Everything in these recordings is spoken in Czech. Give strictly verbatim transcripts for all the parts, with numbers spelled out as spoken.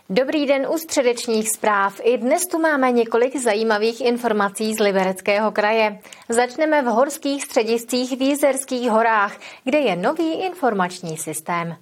Dobrý den u středečních zpráv. I dnes tu máme několik zajímavých informací z Libereckého kraje. Začneme v horských střediscích v Jizerských horách, kde je nový informační systém.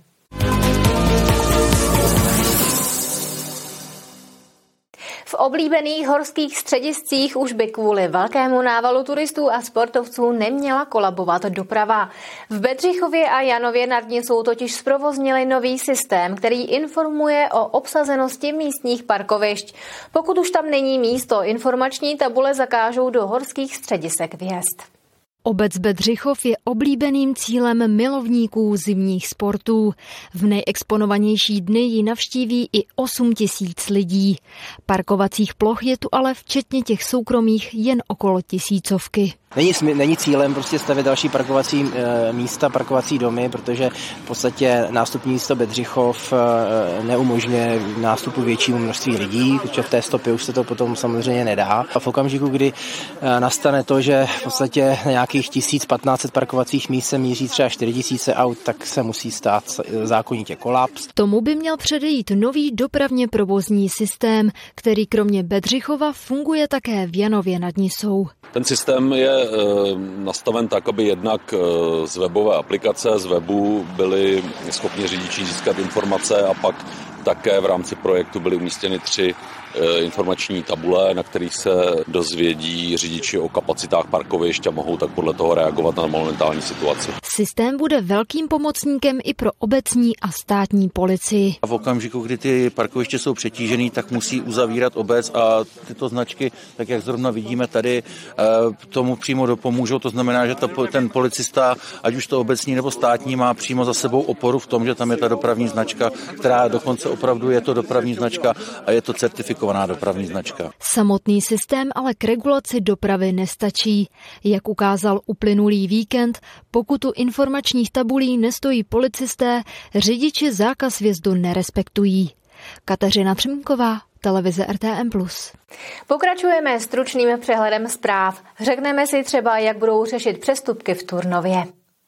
V oblíbených horských střediscích už by kvůli velkému návalu turistů a sportovců neměla kolabovat doprava. V Bedřichově a Janově nad Nisou totiž zprovoznili nový systém, který informuje o obsazenosti místních parkovišť. Pokud už tam není místo, informační tabule zakážou do horských středisek vjezd. Obec Bedřichov je oblíbeným cílem milovníků zimních sportů. V nejexponovanější dny ji navštíví i osm tisíc lidí. Parkovacích ploch je tu ale včetně těch soukromých jen okolo tisícovky. Není, není cílem prostě stavět další parkovací e, místa, parkovací domy, protože v podstatě nástupní místo Bedřichov e, neumožňuje nástupu většímu množství lidí, protože v té stopě už se to potom samozřejmě nedá. A v okamžiku, kdy e, nastane to, že v podstatě na nějakých tisíc patnáct set parkovacích míst se míří třeba čtyři tisíce aut, tak se musí stát zákonitě kolaps. Tomu by měl předejít nový dopravně provozní systém, který kromě Bedřichova funguje také v Janově nad Nisou. Ten systém je nastaven tak, aby jednak z webové aplikace, z webu byli schopni řidiči získat informace a pak také v rámci projektu byly umístěny tři informační tabule, na kterých se dozvědí řidiči o kapacitách parkovišť a mohou tak podle toho reagovat na momentální situaci. Systém bude velkým pomocníkem i pro obecní a státní policii. V okamžiku, kdy ty parkoviště jsou přetížený, tak musí uzavírat obec a tyto značky, tak jak zrovna vidíme tady, tomu přímo dopomůžou. To znamená, že to, ten policista, ať už to obecní nebo státní, má přímo za sebou oporu v tom, že tam je ta dopravní značka, která dokonce opravdu je to dopravní značka a je to certifikovaná dopravní značka. Samotný systém ale k regulaci dopravy nestačí. Jak ukázal uplynulý víkend, pokud u informačních tabulí nestojí policisté, řidiči zákaz vjezdu nerespektují. Kateřina Třmínková, televize R T M plus. Pokračujeme stručným přehledem zpráv. Řekneme si třeba, jak budou řešit přestupky v Turnově.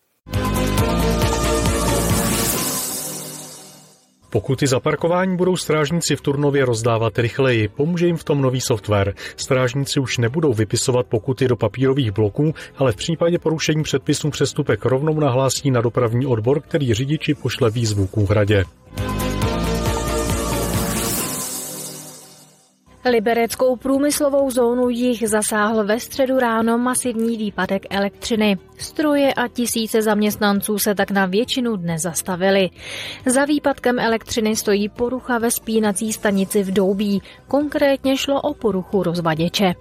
Pokuty za parkování budou strážníci v Turnově rozdávat rychleji. Pomůže jim v tom nový software. Strážníci už nebudou vypisovat pokuty do papírových bloků, ale v případě porušení předpisů přestupek rovnou nahlásí na dopravní odbor, který řidiči pošle výzvu k úhradě. Libereckou průmyslovou zónu Jih zasáhl ve středu ráno masivní výpadek elektřiny. Stroje a tisíce zaměstnanců se tak na většinu dne zastavili. Za výpadkem elektřiny stojí porucha ve spínací stanici v Doubí. Konkrétně šlo o poruchu rozvaděče.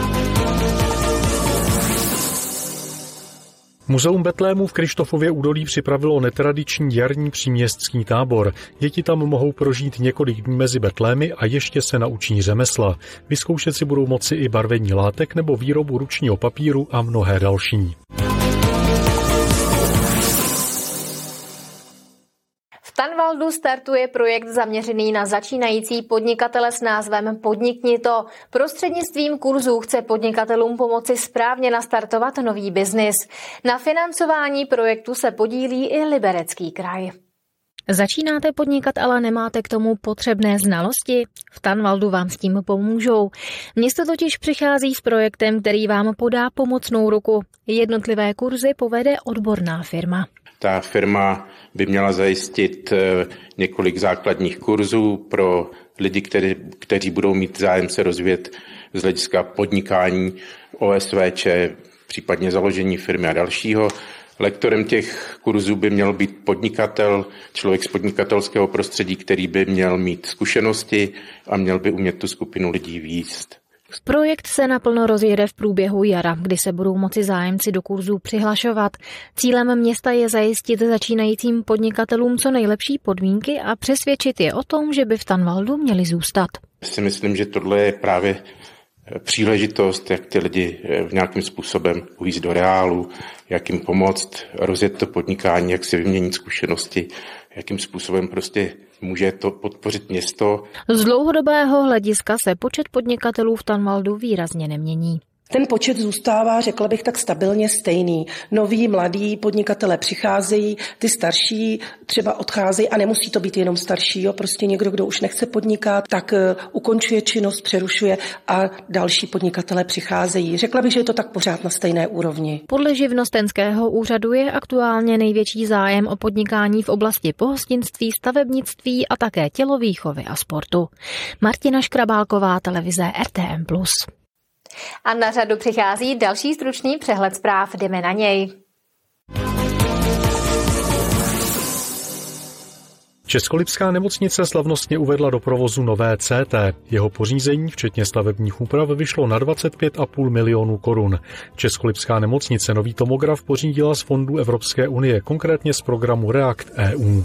Muzeum Betlému v Krištofově údolí připravilo netradiční jarní příměstský tábor. Děti tam mohou prožít několik dní mezi betlémy a ještě se naučí řemesla. Vyzkoušet si budou moci i barvení látek nebo výrobu ručního papíru a mnohé další. V Tanvaldu startuje projekt zaměřený na začínající podnikatele s názvem Podnikni to. Prostřednictvím kurzů chce podnikatelům pomoci správně nastartovat nový biznis. Na financování projektu se podílí i Liberecký kraj. Začínáte podnikat, ale nemáte k tomu potřebné znalosti? V Tanvaldu vám s tím pomůžou. Město totiž přichází s projektem, který vám podá pomocnou ruku. Jednotlivé kurzy povede odborná firma. Ta firma by měla zajistit několik základních kurzů pro lidi, kteří, kteří budou mít zájem se rozvíjet z hlediska podnikání, O S V Č, případně založení firmy a dalšího. Lektorem těch kurzů by měl být podnikatel, člověk z podnikatelského prostředí, který by měl mít zkušenosti a měl by umět tu skupinu lidí vést. Projekt se naplno rozjede v průběhu jara, kdy se budou moci zájemci do kurzů přihlašovat. Cílem města je zajistit začínajícím podnikatelům co nejlepší podmínky a přesvědčit je o tom, že by v Tanvaldu měli zůstat. Já si myslím, že tohle je právě příležitost, jak ty lidi v nějakým způsobem uvést do reálu, jak jim pomoct rozjet to podnikání, jak si vyměnit zkušenosti, jakým způsobem prostě může to podpořit město. Z dlouhodobého hlediska se počet podnikatelů v Tanvaldu výrazně nemění. Ten počet zůstává, řekla bych, tak stabilně stejný. Noví, mladí podnikatelé přicházejí, ty starší třeba odcházejí a nemusí to být jenom starší, jo? Prostě někdo, kdo už nechce podnikat, tak ukončuje činnost, přerušuje a další podnikatelé přicházejí. Řekla bych, že je to tak pořád na stejné úrovni. Podle živnostenského úřadu je aktuálně největší zájem o podnikání v oblasti pohostinství, stavebnictví a také tělovýchovy a sportu. Martina Škrabálková, televize R T M plus. A na řadu přichází další stručný přehled zpráv, jdeme na něj. Českolipská nemocnice slavnostně uvedla do provozu nové C T. Jeho pořízení, včetně stavebních úprav, vyšlo na dvacet pět a půl milionů korun. Českolipská nemocnice nový tomograf pořídila z fondů Evropské unie, konkrétně z programu REACT E U.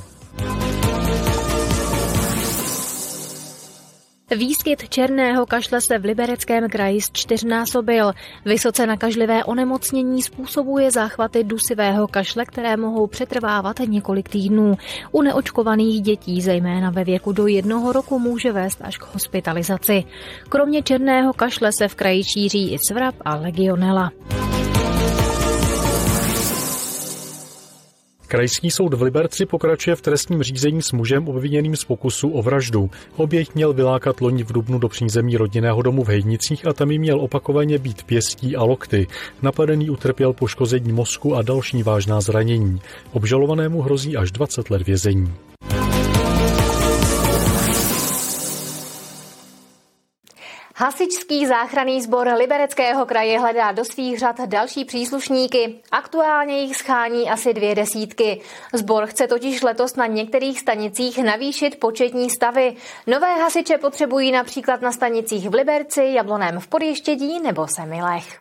Výskyt černého kašle se v Libereckém kraji zčtyřnásobil. Vysoce nakažlivé onemocnění způsobuje záchvaty dusivého kašle, které mohou přetrvávat několik týdnů. U neočkovaných dětí, zejména ve věku do jednoho roku, může vést až k hospitalizaci. Kromě černého kašle se v kraji šíří i svrab a legionela. Krajský soud v Liberci pokračuje v trestním řízení s mužem obviněným z pokusu o vraždu. Oběť měl vylákat loni v dubnu do přízemí rodinného domu v Hejdnicích a tam jí měl opakovaně být pěstí a lokty. Napadený utrpěl poškození mozku a další vážná zranění. Obžalovanému hrozí až dvacet let vězení. Hasičský záchranný sbor Libereckého kraje hledá do svých řad další příslušníky. Aktuálně jich schání asi dvě desítky. Sbor chce totiž letos na některých stanicích navýšit početní stavy. Nové hasiče potřebují například na stanicích v Liberci, Jablonném v Podještědí nebo Semilech.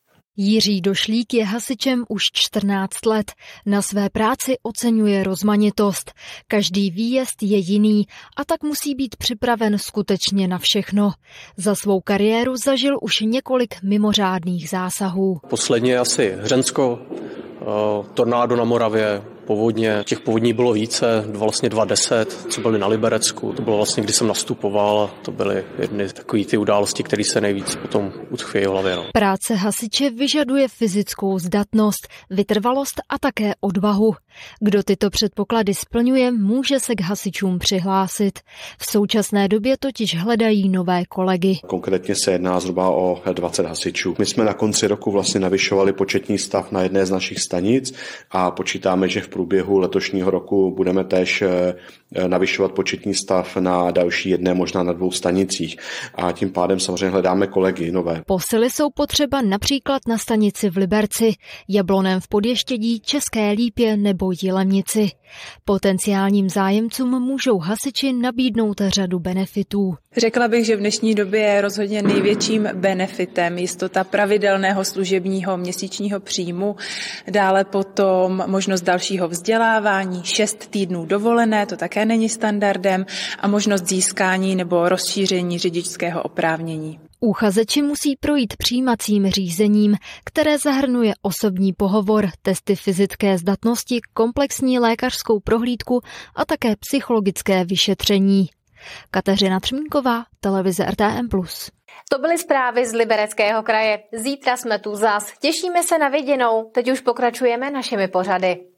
Jiří Došlík je hasičem už čtrnáct let. Na své práci oceňuje rozmanitost. Každý výjezd je jiný a tak musí být připraven skutečně na všechno. Za svou kariéru zažil už několik mimořádných zásahů. Posledně asi Hřensko, tornádo na Moravě, povodně. Těch povodní bylo více, vlastně dva deset, co byly na Liberecku. To bylo vlastně, kdy jsem nastupoval a to byly jedny takové ty události, které se nejvíc potom utkvějí v hlavě. No. Práce hasiče vyžaduje fyzickou zdatnost, vytrvalost a také odvahu. Kdo tyto předpoklady splňuje, může se k hasičům přihlásit. V současné době totiž hledají nové kolegy. Konkrétně se jedná zhruba o dvacet hasičů. My jsme na konci roku vlastně navyšovali početní stav na jedné z našich stanic a počítáme, že v průběhu letošního roku budeme též navyšovat početní stav na další jedné, možná na dvou stanicích. A tím pádem samozřejmě hledáme kolegy nové. Posily jsou potřeba například na stanici v Liberci, Jablonném v Podještědí, České Lípě nebo Jilemnici. Potenciálním zájemcům můžou hasiči nabídnout řadu benefitů. Řekla bych, že v dnešní době je rozhodně největším benefitem jistota pravidelného služebního měsíčního příjmu, dále potom možnost dalšího vzdělávání, šest týdnů dovolené, to také není standardem, a možnost získání nebo rozšíření řidičského oprávnění. Uchazeči musí projít přijímacím řízením, které zahrnuje osobní pohovor, testy fyzické zdatnosti, komplexní lékařskou prohlídku a také psychologické vyšetření. Kateřina Třmínková, televize R T M plus. To byly zprávy z Libereckého kraje. Zítra jsme tu zas. Těšíme se na viděnou. Teď už pokračujeme našimi pořady.